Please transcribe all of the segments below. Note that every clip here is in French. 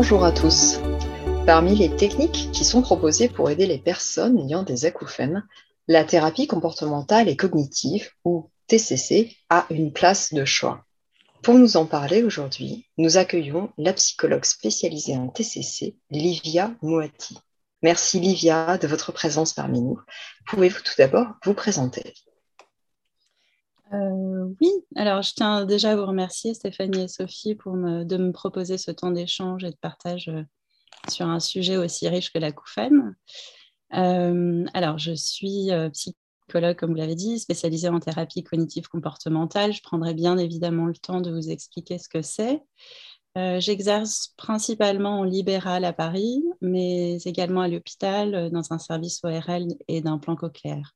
Bonjour à tous. Parmi les techniques qui sont proposées pour aider les personnes ayant des acouphènes, la thérapie comportementale et cognitive, ou TCC, a une place de choix. Pour nous en parler aujourd'hui, nous accueillons la psychologue spécialisée en TCC, Livia Moati. Merci Livia de votre présence parmi nous. Pouvez-vous tout d'abord vous présenter? Oui, alors je tiens déjà à vous remercier Stéphanie et Sophie de me proposer ce temps d'échange et de partage sur un sujet aussi riche que l'acouphène. Alors je suis psychologue, comme vous l'avez dit, spécialisée en thérapie cognitive comportementale. Je prendrai bien évidemment le temps de vous expliquer ce que c'est. J'exerce principalement en libéral à Paris, mais également à l'hôpital, dans un service ORL et d'implant cochléaire.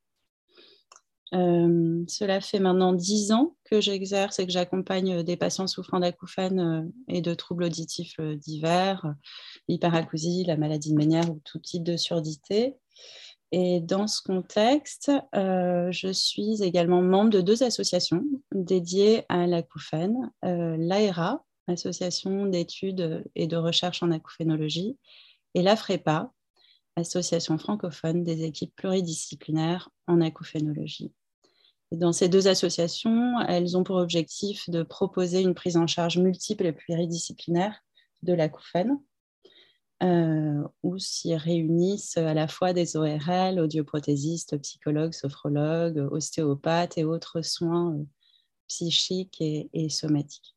Cela fait maintenant 10 ans que j'exerce et que j'accompagne des patients souffrant d'acouphènes et de troubles auditifs divers, l'hyperacousie, la maladie de Ménière ou tout type de surdité. Et dans ce contexte, je suis également membre de 2 associations dédiées à l'acouphène, l'AERA, Association d'études et de recherche en acouphénologie, et l'AFREPA, Association francophone des équipes pluridisciplinaires en acouphénologie. Et dans ces 2 associations, elles ont pour objectif de proposer une prise en charge multiple et pluridisciplinaire de l'acouphène, où s'y réunissent à la fois des ORL, audioprothésistes, psychologues, sophrologues, ostéopathes et autres soins psychiques et somatiques.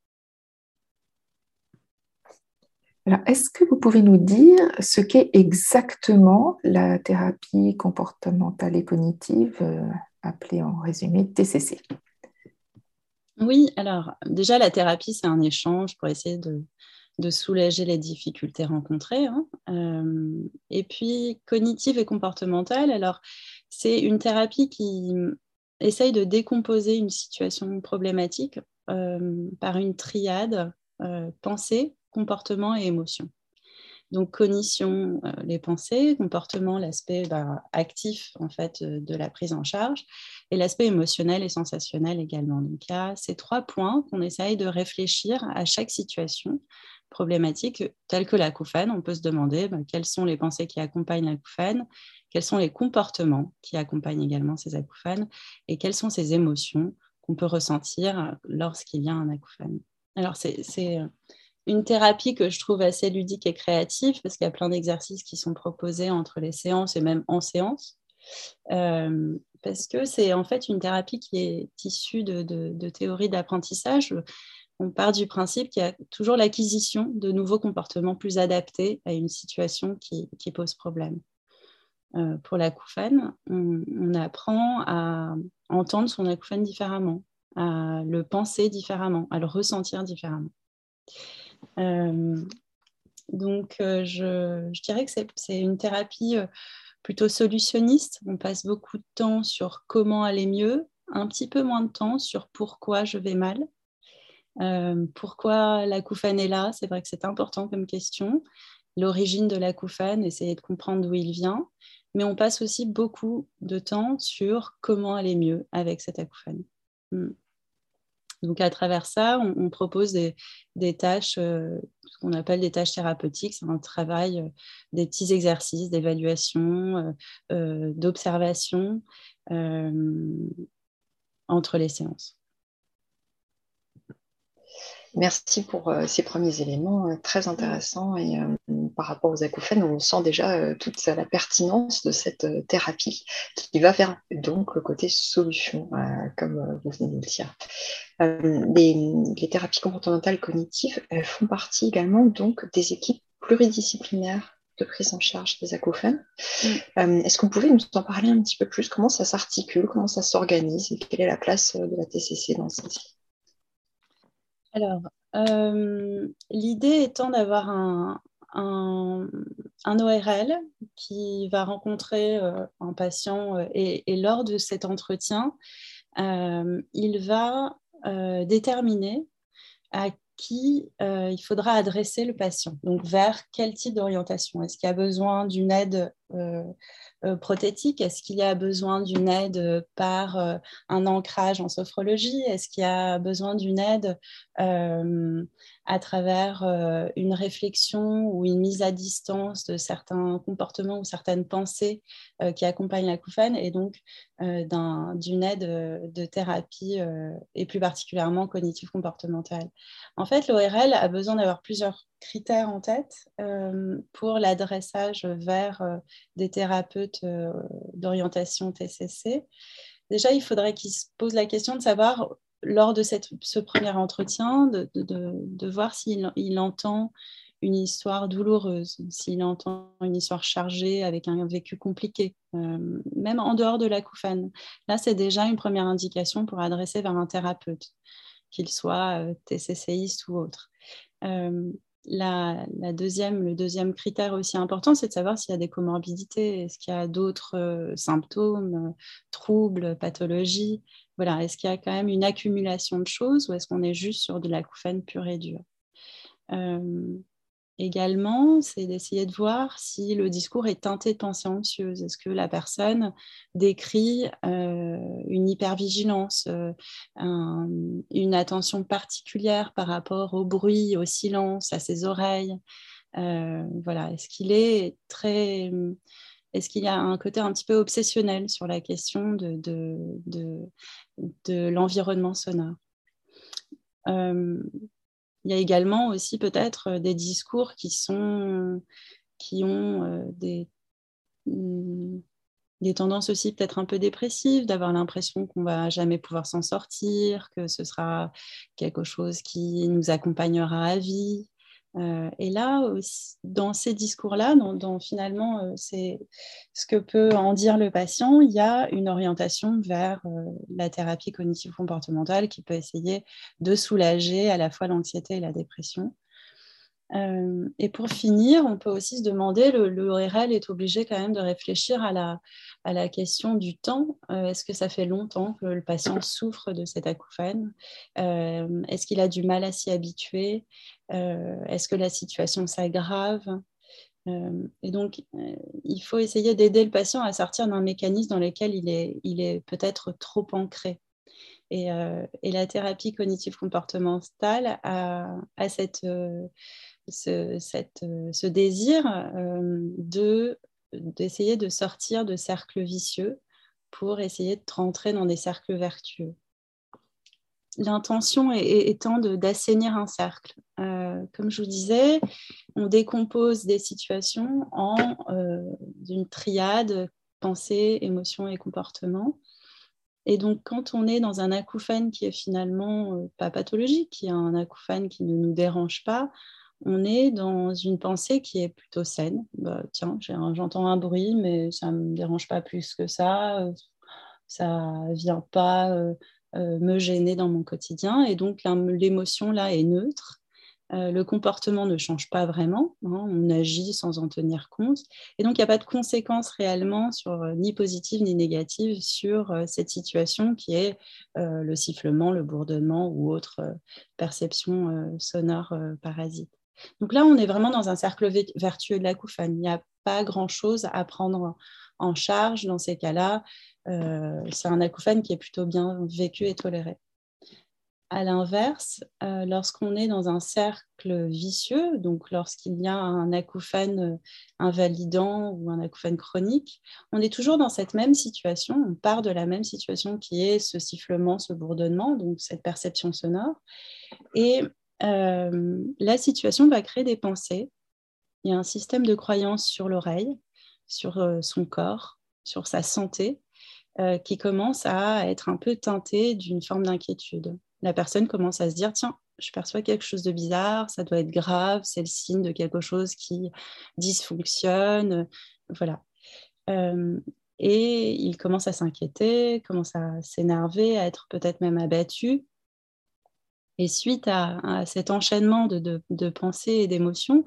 Alors, est-ce que vous pouvez nous dire ce qu'est exactement la thérapie comportementale et cognitive, appelée en résumé TCC? Oui, alors déjà la thérapie, c'est un échange pour essayer de soulager les difficultés rencontrées. Et puis, cognitive et comportementale, alors c'est une thérapie qui essaye de décomposer une situation problématique par une triade pensée, comportement et émotion. Donc, cognition, les pensées, comportement, l'aspect actif en fait, de la prise en charge, et l'aspect émotionnel et sensationnel également. Donc, il y a ces 3 points qu'on essaye de réfléchir à chaque situation problématique, telle que l'acouphène. On peut se demander quelles sont les pensées qui accompagnent l'acouphène, quels sont les comportements qui accompagnent également ces acouphènes, et quelles sont ces émotions qu'on peut ressentir lorsqu'il y a un acouphène. Alors, c'est une thérapie que je trouve assez ludique et créative parce qu'il y a plein d'exercices qui sont proposés entre les séances et même en séance. Parce que c'est en fait une thérapie qui est issue de théories d'apprentissage. On part du principe qu'il y a toujours l'acquisition de nouveaux comportements plus adaptés à une situation qui pose problème. Pour l'acouphène, on apprend à entendre son acouphène différemment, à le penser différemment, à le ressentir différemment. Donc, je dirais que c'est une thérapie plutôt solutionniste. On passe beaucoup de temps sur comment aller mieux, un petit peu moins de temps sur pourquoi je vais mal, pourquoi l'acouphène est là. C'est vrai que c'est important comme question. L'origine de l'acouphène, essayer de comprendre d'où il vient. Mais on passe aussi beaucoup de temps sur comment aller mieux avec cet acouphène. Donc, à travers ça, on propose des tâches, ce qu'on appelle des tâches thérapeutiques. C'est un travail, des petits exercices d'évaluation, d'observation entre les séances. Merci pour ces premiers éléments très intéressants et par rapport aux acouphènes, on sent déjà toute la pertinence de cette thérapie qui va vers donc le côté solution, comme vous venez de le dire. Les thérapies comportementales cognitives, elles font partie également donc des équipes pluridisciplinaires de prise en charge des acouphènes. Est-ce que vous pouvez nous en parler un petit peu plus? Comment ça s'articule, comment ça s'organise et quelle est la place de la TCC dans celle-ci? Alors, l'idée étant d'avoir un ORL qui va rencontrer un patient et lors de cet entretien, il va déterminer à qui il faudra adresser le patient. Donc, vers quel type d'orientation? Est-ce qu'il y a besoin d'une aide prothétique? Est-ce qu'il y a besoin d'une aide par un ancrage en sophrologie? Est-ce qu'il y a besoin d'une aide à travers une réflexion ou une mise à distance de certains comportements ou certaines pensées qui accompagnent l'acouphène, et donc d'une aide de thérapie et plus particulièrement cognitive comportementale? En fait, l'ORL a besoin d'avoir plusieurs critères en tête pour l'adressage vers des thérapeutes d'orientation TCC. Déjà, il faudrait qu'ils se posent la question de savoir, lors de ce premier entretien, de voir s'il entend une histoire douloureuse, s'il entend une histoire chargée avec un vécu compliqué, même en dehors de l'acouphène. Là, c'est déjà une première indication pour adresser vers un thérapeute, qu'il soit TCCiste ou autre. Le deuxième critère aussi important, c'est de savoir s'il y a des comorbidités, est-ce qu'il y a d'autres symptômes, troubles, pathologies. Voilà, est-ce qu'il y a quand même une accumulation de choses ou est-ce qu'on est juste sur de l'acouphène pur et dur? Également, c'est d'essayer de voir si le discours est teinté de pensée anxieuse. Est-ce que la personne décrit une hypervigilance, une attention particulière par rapport au bruit, au silence, à ses oreilles? Voilà. Est-ce qu'il y a un côté un petit peu obsessionnel sur la question de l'environnement sonore? Il y a également aussi peut-être des discours qui ont des tendances aussi peut-être un peu dépressives, d'avoir l'impression qu'on ne va jamais pouvoir s'en sortir, que ce sera quelque chose qui nous accompagnera à vie. Et là, aussi, dans ces discours-là, finalement, c'est ce que peut en dire le patient, il y a une orientation vers la thérapie cognitive comportementale qui peut essayer de soulager à la fois l'anxiété et la dépression. Et pour finir, on peut aussi se demander, l'ORL est obligé quand même de réfléchir à la question du temps. Est-ce que ça fait longtemps que le patient souffre de cet acouphène? Est-ce qu'il a du mal à s'y habituer? Est-ce que la situation s'aggrave? Et donc, il faut essayer d'aider le patient à sortir d'un mécanisme dans lequel il est peut-être trop ancré. Et la thérapie cognitive comportementale a ce désir d'essayer de sortir de cercles vicieux pour essayer de rentrer dans des cercles vertueux. L'intention étant d'assainir un cercle. Comme je vous disais, on décompose des situations en une triade pensée, émotion et comportement. Et donc, quand on est dans un acouphène qui est finalement pas pathologique, qui est un acouphène qui ne nous dérange pas, on est dans une pensée qui est plutôt saine. Bah, tiens, j'entends un bruit, mais ça ne me dérange pas plus que ça. Ça ne vient pas me gêner dans mon quotidien. Et donc, l'émotion, là, est neutre. Le comportement ne change pas vraiment, hein, on agit sans en tenir compte. Et donc, il n'y a pas de conséquences réellement ni positives ni négatives sur cette situation qui est le sifflement, le bourdonnement ou autre perception sonore parasite. Donc là, on est vraiment dans un cercle vertueux de l'acouphène. Il n'y a pas grand-chose à prendre en charge dans ces cas-là. C'est un acouphène qui est plutôt bien vécu et toléré. À l'inverse, lorsqu'on est dans un cercle vicieux, donc lorsqu'il y a un acouphène invalidant ou un acouphène chronique, on est toujours dans cette même situation, on part de la même situation qui est ce sifflement, ce bourdonnement, donc cette perception sonore. Et la situation va créer des pensées. Il y a un système de croyances sur l'oreille, sur son corps, sur sa santé, qui commence à être un peu teinté d'une forme d'inquiétude. La personne commence à se dire, tiens, je perçois quelque chose de bizarre, ça doit être grave, c'est le signe de quelque chose qui dysfonctionne, voilà. Et il commence à s'inquiéter, commence à s'énerver, à être peut-être même abattu. Et suite à cet enchaînement de pensées et d'émotions,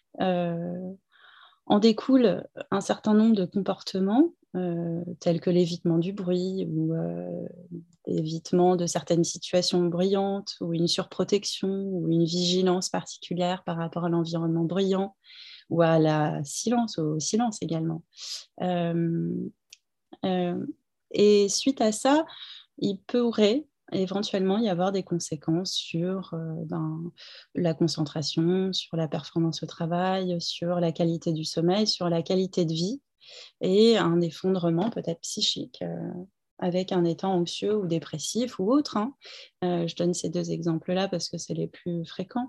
en découle un certain nombre de comportements tels que l'évitement du bruit ou l'évitement de certaines situations bruyantes ou une surprotection ou une vigilance particulière par rapport à l'environnement bruyant ou à au silence également. Et suite à ça, il pourrait éventuellement y avoir des conséquences sur la concentration, sur la performance au travail, sur la qualité du sommeil, sur la qualité de vie et un effondrement peut-être psychique avec un état anxieux ou dépressif ou autre. Je donne ces 2 exemples-là parce que c'est les plus fréquents.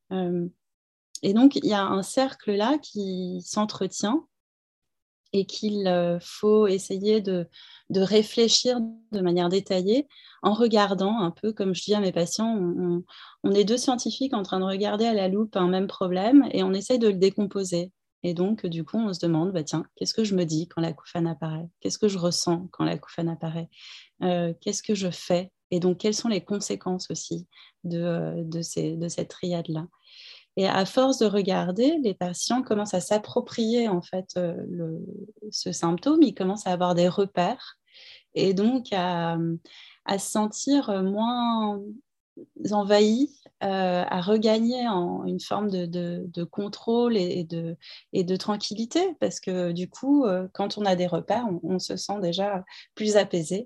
Et donc, il y a un cercle là qui s'entretient et qu'il faut essayer de réfléchir de manière détaillée en regardant un peu, comme je dis à mes patients, on est 2 scientifiques en train de regarder à la loupe un même problème et on essaye de le décomposer. Et donc, du coup, on se demande, tiens, qu'est-ce que je me dis quand l'acouphène apparaît? Qu'est-ce que je ressens quand l'acouphène apparaît? Qu'est-ce que je fais? Et donc, quelles sont les conséquences aussi de cette triade-là? Et à force de regarder, les patients commencent à s'approprier en fait ce symptôme, ils commencent à avoir des repères et donc à se sentir moins envahis, à regagner une forme de contrôle et de tranquillité parce que du coup, quand on a des repères, on se sent déjà plus apaisé.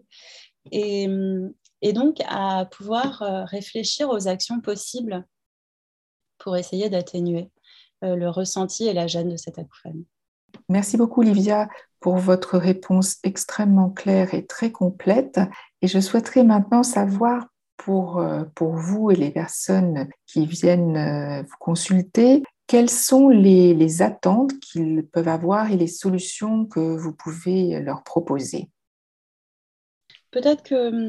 Et donc à pouvoir réfléchir aux actions possibles pour essayer d'atténuer le ressenti et la gêne de cette acouphène. Merci beaucoup, Livia, pour votre réponse extrêmement claire et très complète. Et je souhaiterais maintenant savoir pour vous et les personnes qui viennent vous consulter, quelles sont les attentes qu'ils peuvent avoir et les solutions que vous pouvez leur proposer. Peut-être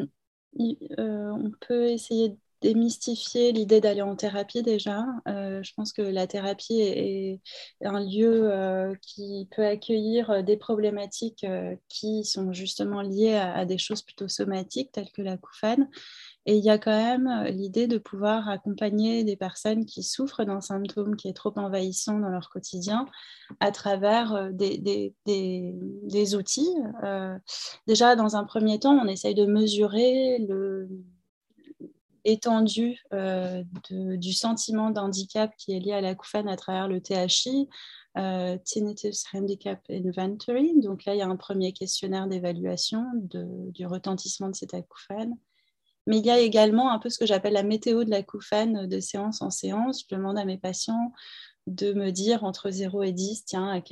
qu'on peut essayer de démystifier l'idée d'aller en thérapie déjà. Je pense que la thérapie est un lieu qui peut accueillir des problématiques qui sont justement liées à des choses plutôt somatiques telles que l'acouphène. Et il y a quand même l'idée de pouvoir accompagner des personnes qui souffrent d'un symptôme qui est trop envahissant dans leur quotidien à travers des outils. Déjà, dans un premier temps, on essaye de mesurer l'étendue du sentiment d'handicap qui est lié à l'acouphène à travers le THI, Tinnitus Handicap Inventory. Donc là, il y a un premier questionnaire d'évaluation du retentissement de cet acouphène. Mais il y a également un peu ce que j'appelle la météo de l'acouphène de séance en séance. Je demande à mes patients de me dire entre 0 et 10, tiens, à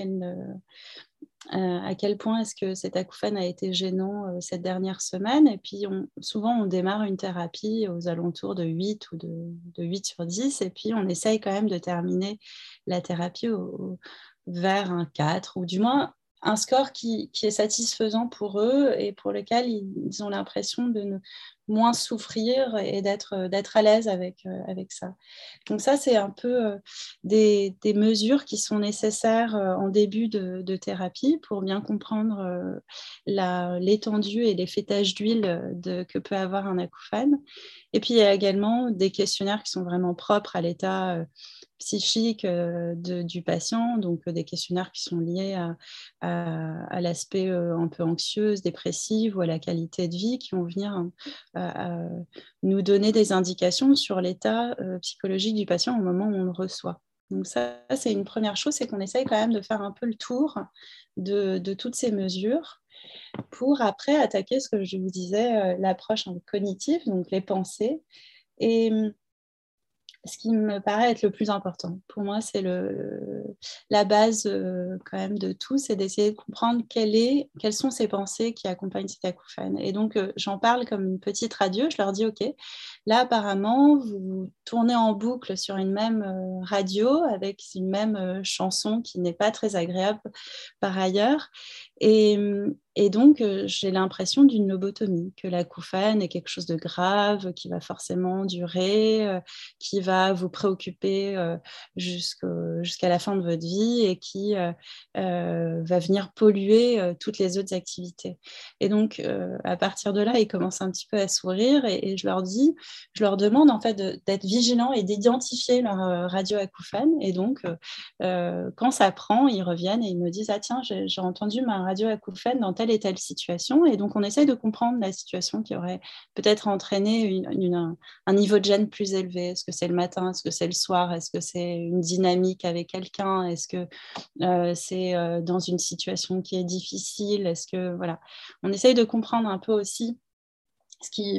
quel point est-ce que cet acouphène a été gênant cette dernière semaine. Et puis, souvent, on démarre une thérapie aux alentours de 8 ou de 8 sur 10. Et puis, on essaye quand même de terminer la thérapie vers un 4, ou du moins un score qui est satisfaisant pour eux et pour lequel ils ont l'impression de moins souffrir et d'être à l'aise avec ça. Donc ça, c'est un peu des mesures qui sont nécessaires en début de thérapie pour bien comprendre l'étendue et l'effet tache d'huile que peut avoir un acouphène. Et puis, il y a également des questionnaires qui sont vraiment propres à l'état psychique du patient, donc des questionnaires qui sont liés à l'aspect un peu anxieuse, dépressive ou à la qualité de vie, qui vont venir nous donner des indications sur l'état psychologique du patient au moment où on le reçoit. Donc ça, c'est une première chose, c'est qu'on essaye quand même de faire un peu le tour de toutes ces mesures pour après attaquer ce que je vous disais, l'approche cognitive, donc les pensées. Et ce qui me paraît être le plus important. Pour moi, c'est la base quand même de tout, c'est d'essayer de comprendre quelles sont ces pensées qui accompagnent cet acouphène. Et donc, j'en parle comme une petite radio. Je leur dis, OK, là, apparemment, vous tournez en boucle sur une même radio avec une même chanson qui n'est pas très agréable par ailleurs. Et donc, j'ai l'impression d'une lobotomie, que l'acouphène est quelque chose de grave, qui va forcément durer, qui va vous préoccuper jusqu'à la fin de votre vie et qui va venir polluer toutes les autres activités. Et donc, à partir de là, ils commencent un petit peu à sourire et je leur demande en fait d'être vigilants et d'identifier leur radio acouphène. Et donc, quand ça prend, ils reviennent et ils me disent « Ah tiens, j'ai entendu ma radio acouphène dans telle et telle situation. Et donc, on essaye de comprendre la situation qui aurait peut-être entraîné un niveau de gêne plus élevé. Est-ce que c'est le matin? Est-ce que c'est le soir? Est-ce que c'est une dynamique avec quelqu'un? Est-ce que c'est dans une situation qui est difficile? Est-ce que, voilà. On essaye de comprendre un peu aussi ce qui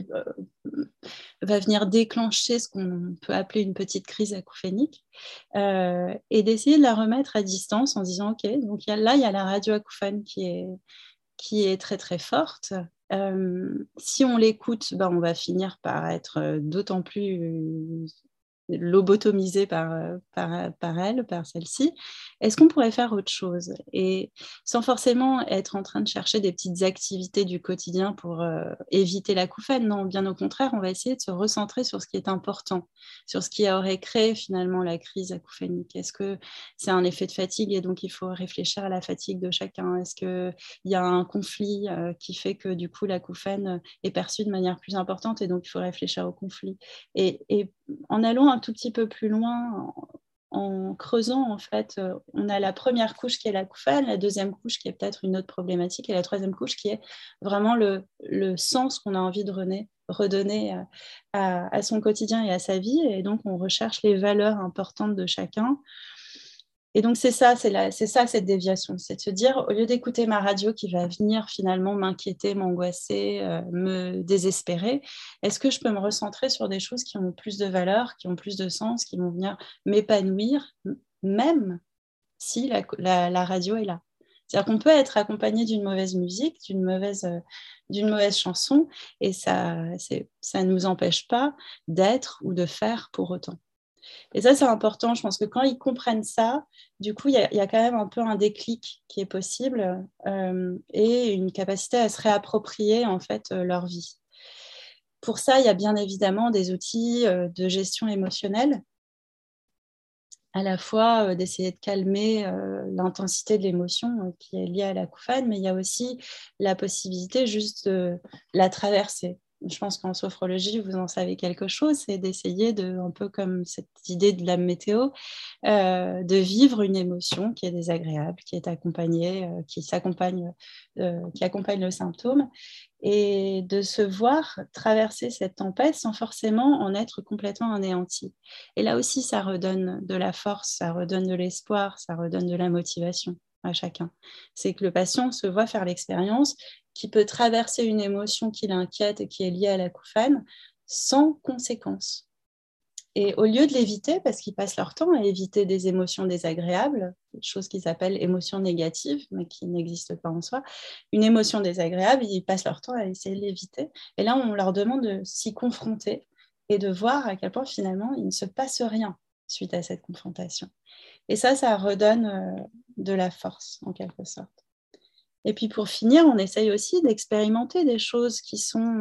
va venir déclencher ce qu'on peut appeler une petite crise acouphénique, et d'essayer de la remettre à distance en disant, OK, donc il y a la radio acouphène qui est très, très forte. Si on l'écoute, on va finir par être d'autant plus lobotomisé par elle, par celle-ci. Est-ce qu'on pourrait faire autre chose? Et sans forcément être en train de chercher des petites activités du quotidien pour éviter l'acouphène, non, bien au contraire, on va essayer de se recentrer sur ce qui est important, sur ce qui aurait créé finalement la crise acouphénique. Est-ce que c'est un effet de fatigue et donc il faut réfléchir à la fatigue de chacun? Est-ce qu'il y a un conflit qui fait que du coup l'acouphène est perçue de manière plus importante et donc il faut réfléchir au conflit? Et en allant un tout petit peu plus loin, en creusant, en fait, on a la première couche qui est l'acouphène, la deuxième couche qui est peut-être une autre problématique, et la troisième couche qui est vraiment le sens qu'on a envie de redonner à son quotidien et à sa vie. Et donc, on recherche les valeurs importantes de chacun. Et donc, c'est ça cette déviation. C'est de se dire, au lieu d'écouter ma radio qui va venir finalement m'inquiéter, m'angoisser, me désespérer, est-ce que je peux me recentrer sur des choses qui ont plus de valeur, qui ont plus de sens, qui vont venir m'épanouir, même si la radio est là? C'est-à-dire qu'on peut être accompagné d'une mauvaise musique, d'une mauvaise chanson, et ça ne nous empêche pas d'être ou de faire pour autant. Et ça, c'est important. Je pense que quand ils comprennent ça, du coup, il y a quand même un peu un déclic qui est possible, et une capacité à se réapproprier en fait leur vie. Pour ça, il y a bien évidemment des outils de gestion émotionnelle, à la fois d'essayer de calmer l'intensité de l'émotion qui est liée à l'acouphène, mais il y a aussi la possibilité juste de la traverser. Je pense qu'en sophrologie, vous en savez quelque chose, c'est d'essayer un peu comme cette idée de la météo, de vivre une émotion qui est désagréable, qui est accompagnée, qui accompagne le symptôme, et de se voir traverser cette tempête sans forcément en être complètement anéanti. Et là aussi, ça redonne de la force, ça redonne de l'espoir, ça redonne de la motivation à chacun. C'est que le patient se voit faire l'expérience qui peut traverser une émotion qui l'inquiète et qui est liée à l'acouphène sans conséquence. Et au lieu de l'éviter, parce qu'ils passent leur temps à éviter des émotions désagréables, des choses qu'ils appellent émotions négatives, mais qui n'existent pas en soi, une émotion désagréable, ils passent leur temps à essayer de l'éviter. Et là, on leur demande de s'y confronter et de voir à quel point finalement, il ne se passe rien suite à cette confrontation. Et ça redonne de la force, en quelque sorte. Et puis pour finir, on essaye aussi d'expérimenter des choses qui sont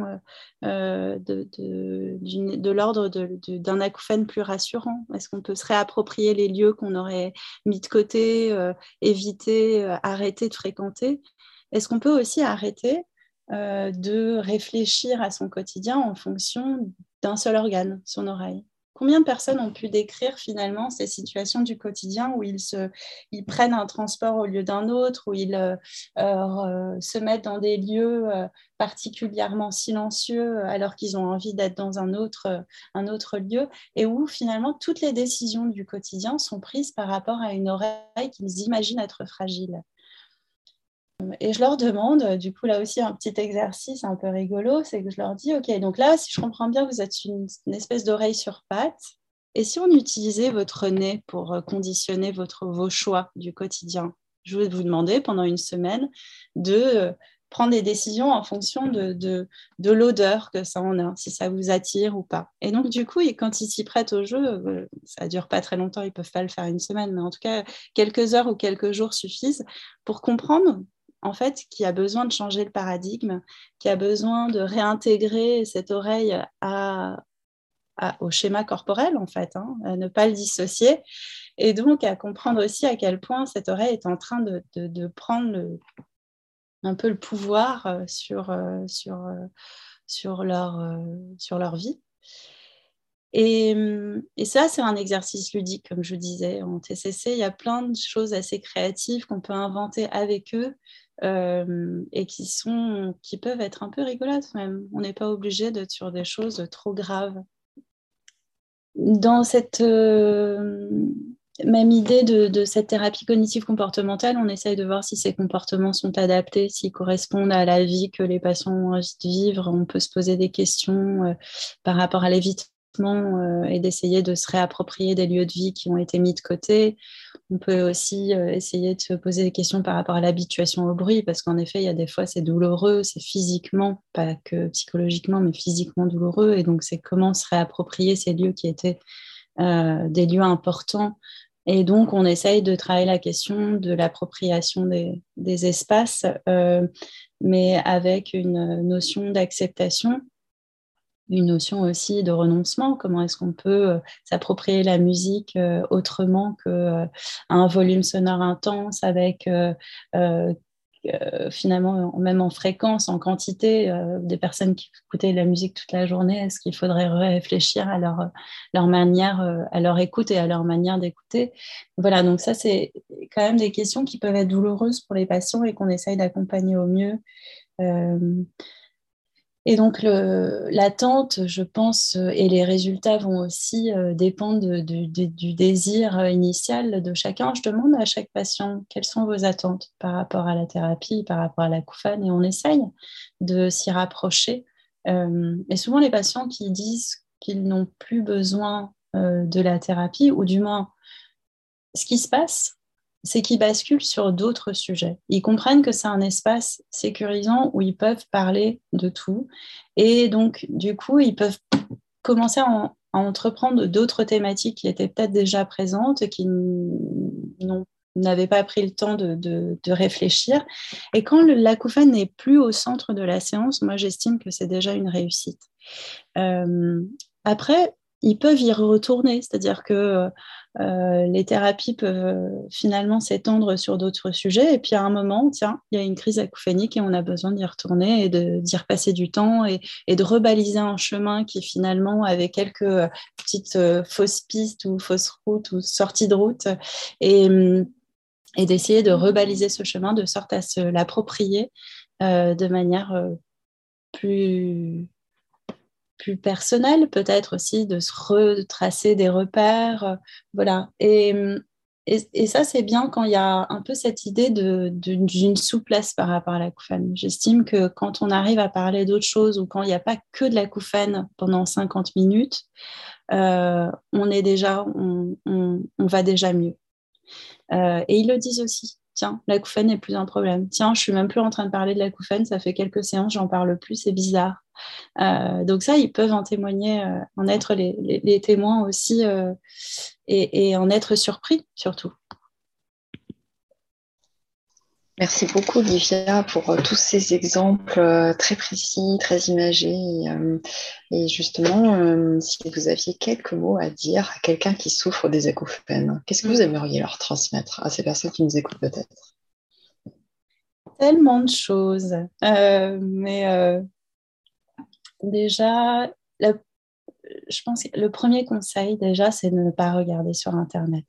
de l'ordre d'un acouphène plus rassurant. Est-ce qu'on peut se réapproprier les lieux qu'on aurait mis de côté, éviter, arrêter de fréquenter? Est-ce qu'on peut aussi arrêter de réfléchir à son quotidien en fonction d'un seul organe, son oreille? Combien de personnes ont pu décrire finalement ces situations du quotidien où ils prennent un transport au lieu d'un autre, où ils se mettent dans des lieux particulièrement silencieux alors qu'ils ont envie d'être dans un autre lieu, et où finalement toutes les décisions du quotidien sont prises par rapport à une oreille qu'ils imaginent être fragile. Et je leur demande, du coup, là aussi, un petit exercice un peu rigolo, c'est que je leur dis, OK, donc là, si je comprends bien, vous êtes une espèce d'oreille sur patte. Et si on utilisait votre nez pour conditionner vos choix du quotidien? Je vais vous demander, pendant une semaine, de prendre des décisions en fonction de l'odeur que ça en a, si ça vous attire ou pas. Et donc, du coup, quand ils s'y prêtent au jeu, ça ne dure pas très longtemps, ils ne peuvent pas le faire une semaine, mais en tout cas, quelques heures ou quelques jours suffisent pour comprendre en fait, qui a besoin de changer le paradigme, qui a besoin de réintégrer cette oreille au schéma corporel, en fait, à ne pas le dissocier, et donc à comprendre aussi à quel point cette oreille est en train de prendre un peu le pouvoir sur leur vie. Et ça, c'est un exercice ludique, comme je disais. En TCC, il y a plein de choses assez créatives qu'on peut inventer avec eux et qui peuvent être un peu rigolotes même. On n'est pas obligé d'être sur des choses trop graves. Dans cette même idée de cette thérapie cognitive comportementale, on essaye de voir si ces comportements sont adaptés, s'ils correspondent à la vie que les patients ont envie de vivre. On peut se poser des questions par rapport à l'évitement et d'essayer de se réapproprier des lieux de vie qui ont été mis de côté. On peut aussi essayer de se poser des questions par rapport à l'habituation au bruit, parce qu'en effet, il y a des fois, c'est douloureux, c'est physiquement, pas que psychologiquement, mais physiquement douloureux. Et donc, c'est comment se réapproprier ces lieux qui étaient des lieux importants. Et donc, on essaye de travailler la question de l'appropriation des espaces, mais avec une notion d'acceptation, une notion aussi de renoncement. Comment est-ce qu'on peut s'approprier la musique autrement qu'un volume sonore intense avec finalement, même en fréquence, en quantité, des personnes qui écoutaient la musique toute la journée, est-ce qu'il faudrait réfléchir à leur manière, à leur écoute et à leur manière d'écouter? Voilà, donc ça, c'est quand même des questions qui peuvent être douloureuses pour les patients et qu'on essaye d'accompagner au mieux. Et donc, l'attente, je pense, et les résultats vont aussi dépendre du désir initial de chacun. Je demande à chaque patient quelles sont vos attentes par rapport à la thérapie, par rapport à l'acouphène, et on essaye de s'y rapprocher. Et souvent, les patients qui disent qu'ils n'ont plus besoin de la thérapie, ou du moins, ce qui se passe, c'est qu'ils basculent sur d'autres sujets. Ils comprennent que c'est un espace sécurisant où ils peuvent parler de tout. Et donc, du coup, ils peuvent commencer à entreprendre d'autres thématiques qui étaient peut-être déjà présentes et qui n'avaient pas pris le temps de réfléchir. Et quand l'acouphène n'est plus au centre de la séance, moi, j'estime que c'est déjà une réussite. Après, ils peuvent y retourner, c'est-à-dire que les thérapies peuvent finalement s'étendre sur d'autres sujets. Et puis à un moment, tiens, il y a une crise acouphénique et on a besoin d'y retourner et d'y repasser du temps et de rebaliser un chemin qui finalement avait quelques petites fausses pistes ou fausses routes ou sorties de route et d'essayer de rebaliser ce chemin de sorte à se l'approprier de manière plus personnel, peut-être aussi de se retracer des repères. Voilà. Et ça, c'est bien quand il y a un peu cette idée d'une souplesse par rapport à l'acouphène. J'estime que quand on arrive à parler d'autre chose ou quand il n'y a pas que de l'acouphène pendant 50 minutes, on va déjà mieux. Et ils le disent aussi. Tiens, l'acouphène n'est plus un problème. Tiens, je suis même plus en train de parler de l'acouphène, ça fait quelques séances, j'en parle plus, c'est bizarre. Donc ça, ils peuvent en témoigner, en être les témoins aussi et en être surpris surtout. Merci beaucoup, Olivia, pour tous ces exemples très précis, très imagés. Et justement, si vous aviez quelques mots à dire à quelqu'un qui souffre des acouphènes, qu'est-ce que vous aimeriez leur transmettre à ces personnes qui nous écoutent peut-être? Tellement de choses. Mais déjà, je pense que le premier conseil, déjà, c'est de ne pas regarder sur Internet.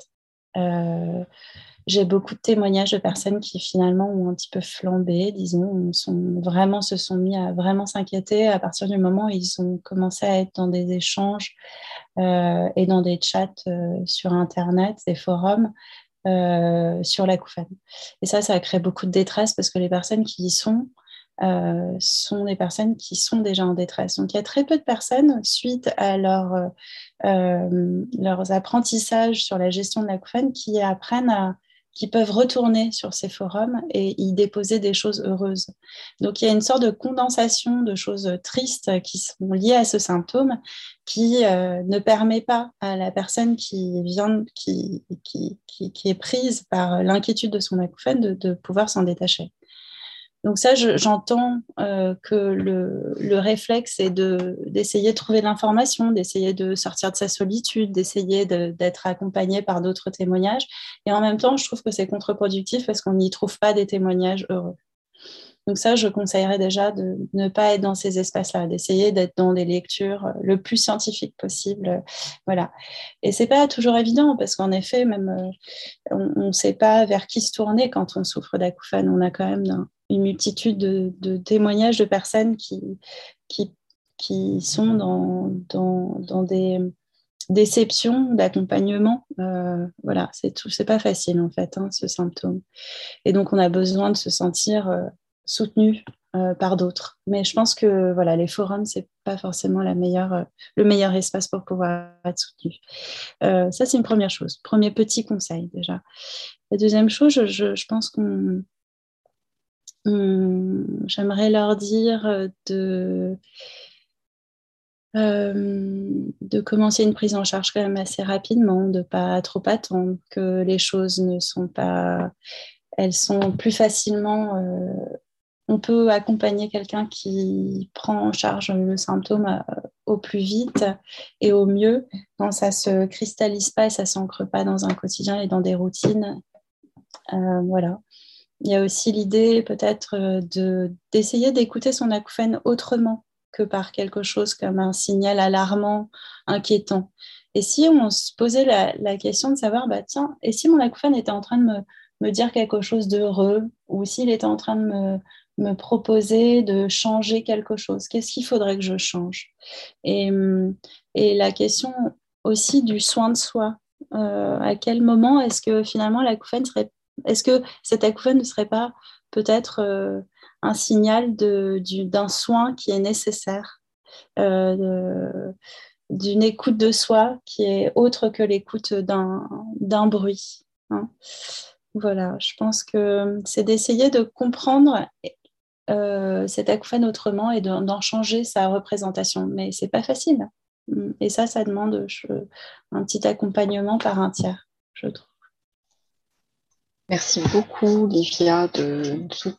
J'ai beaucoup de témoignages de personnes qui finalement ont un petit peu flambé, disons, se sont mis à vraiment s'inquiéter à partir du moment où ils ont commencé à être dans des échanges et dans des chats sur Internet, des forums sur l'acouphène. Et ça a créé beaucoup de détresse parce que les personnes qui y sont des personnes qui sont déjà en détresse. Donc, il y a très peu de personnes, suite à leurs apprentissages sur la gestion de l'acouphène, qui peuvent retourner sur ces forums et y déposer des choses heureuses. Donc, il y a une sorte de condensation de choses tristes qui sont liées à ce symptôme qui ne permet pas à la personne qui est prise par l'inquiétude de son acouphène de pouvoir s'en détacher. Donc ça, j'entends que le réflexe est d'essayer de trouver de l'information, d'essayer de sortir de sa solitude, d'essayer d'être accompagné par d'autres témoignages. Et en même temps, je trouve que c'est contre-productif parce qu'on n'y trouve pas des témoignages heureux. Donc ça, je conseillerais déjà de ne pas être dans ces espaces-là, d'essayer d'être dans des lectures le plus scientifiques possible. Voilà. Et c'est pas toujours évident parce qu'en effet, même on ne sait pas vers qui se tourner quand on souffre d'acouphènes. On a quand même une multitude de témoignages de personnes qui sont dans des déceptions d'accompagnement. Voilà, c'est pas facile en fait, ce symptôme. Et donc, on a besoin de se sentir soutenu par d'autres. Mais je pense que voilà, les forums, c'est pas forcément le meilleur espace pour pouvoir être soutenu. Ça, c'est une première chose. Premier petit conseil déjà. La deuxième chose, je pense j'aimerais leur dire de commencer une prise en charge quand même assez rapidement, de ne pas trop attendre, que les choses ne sont pas... Elles sont plus facilement... on peut accompagner quelqu'un qui prend en charge le symptôme au plus vite et au mieux quand ça ne se cristallise pas et ça ne s'ancre pas dans un quotidien et dans des routines. Voilà. Il y a aussi l'idée peut-être d'essayer d'écouter son acouphène autrement que par quelque chose comme un signal alarmant, inquiétant. Et si on se posait la question de savoir, tiens, et si mon acouphène était en train de me dire quelque chose d'heureux, ou s'il était en train de me proposer de changer quelque chose, qu'est-ce qu'il faudrait que je change ? Et la question aussi du soin de soi. À quel moment est-ce que finalement l'acouphène serait... Est-ce que cet acouphène ne serait pas peut-être un signal d'un soin qui est nécessaire, d'une écoute de soi qui est autre que l'écoute d'un bruit, hein. Voilà, je pense que c'est d'essayer de comprendre cet acouphène autrement et d'en changer sa représentation. Mais ce n'est pas facile. Et ça demande un petit accompagnement par un tiers, je trouve. Merci beaucoup, Livia, de tout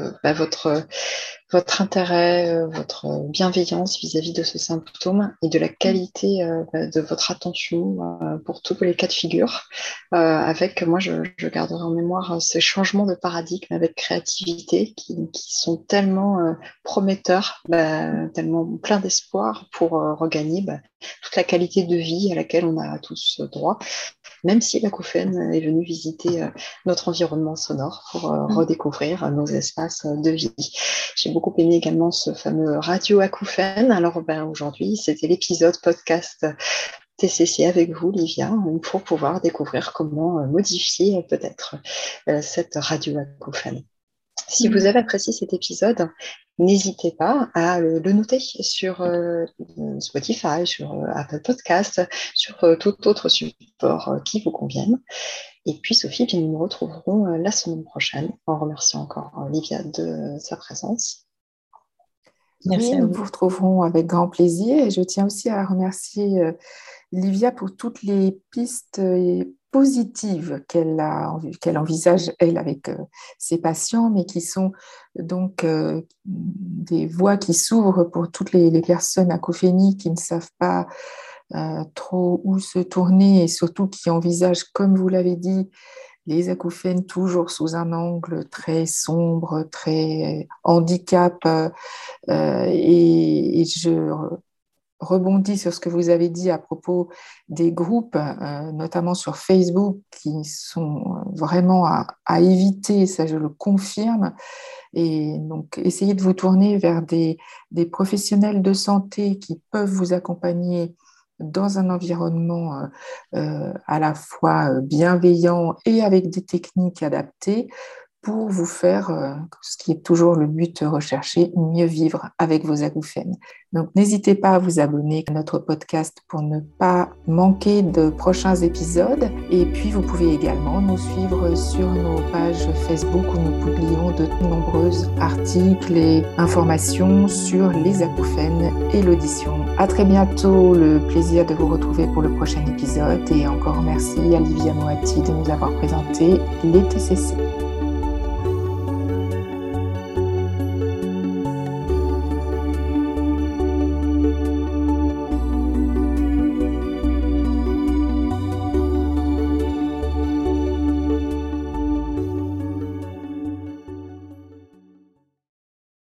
votre intérêt, votre bienveillance vis-à-vis de ce symptôme et de la qualité de votre attention pour tous les cas de figure. Moi, je garderai en mémoire ces changements de paradigme avec créativité qui sont tellement prometteurs, tellement pleins d'espoir pour regagner toute la qualité de vie à laquelle on a tous droit, même si l'acouphène est venu visiter notre environnement sonore pour redécouvrir nos espaces de vie. J'ai beaucoup aimé également ce fameux radio acouphène. Alors aujourd'hui, c'était l'épisode podcast TCC avec vous, Livia, pour pouvoir découvrir comment modifier peut-être cette radio acouphène. Si vous avez apprécié cet épisode, n'hésitez pas à le noter sur Spotify, sur Apple Podcast, sur tout autre support qui vous convienne. Et puis Sophie, nous nous retrouverons la semaine prochaine en remerciant encore Livia de sa présence. Merci, nous vous retrouverons avec grand plaisir. Et je tiens aussi à remercier Livia pour toutes les pistes positives qu'elle envisage, elle, avec ses patients, mais qui sont donc des voies qui s'ouvrent pour toutes les personnes acouphéniques qui ne savent pas trop où se tourner et surtout qui envisagent, comme vous l'avez dit, les acouphènes toujours sous un angle très sombre, très handicap. Et je rebondis sur ce que vous avez dit à propos des groupes, notamment sur Facebook, qui sont vraiment à éviter, ça je le confirme. Et donc, essayez de vous tourner vers des professionnels de santé qui peuvent vous accompagner dans un environnement à la fois bienveillant et avec des techniques adaptées pour vous faire, ce qui est toujours le but recherché, mieux vivre avec vos acouphènes. Donc, n'hésitez pas à vous abonner à notre podcast pour ne pas manquer de prochains épisodes. Et puis, vous pouvez également nous suivre sur nos pages Facebook où nous publions de nombreux articles et informations sur les acouphènes et l'audition. À très bientôt, le plaisir de vous retrouver pour le prochain épisode. Et encore merci à Livia Moati de nous avoir présenté les TCC.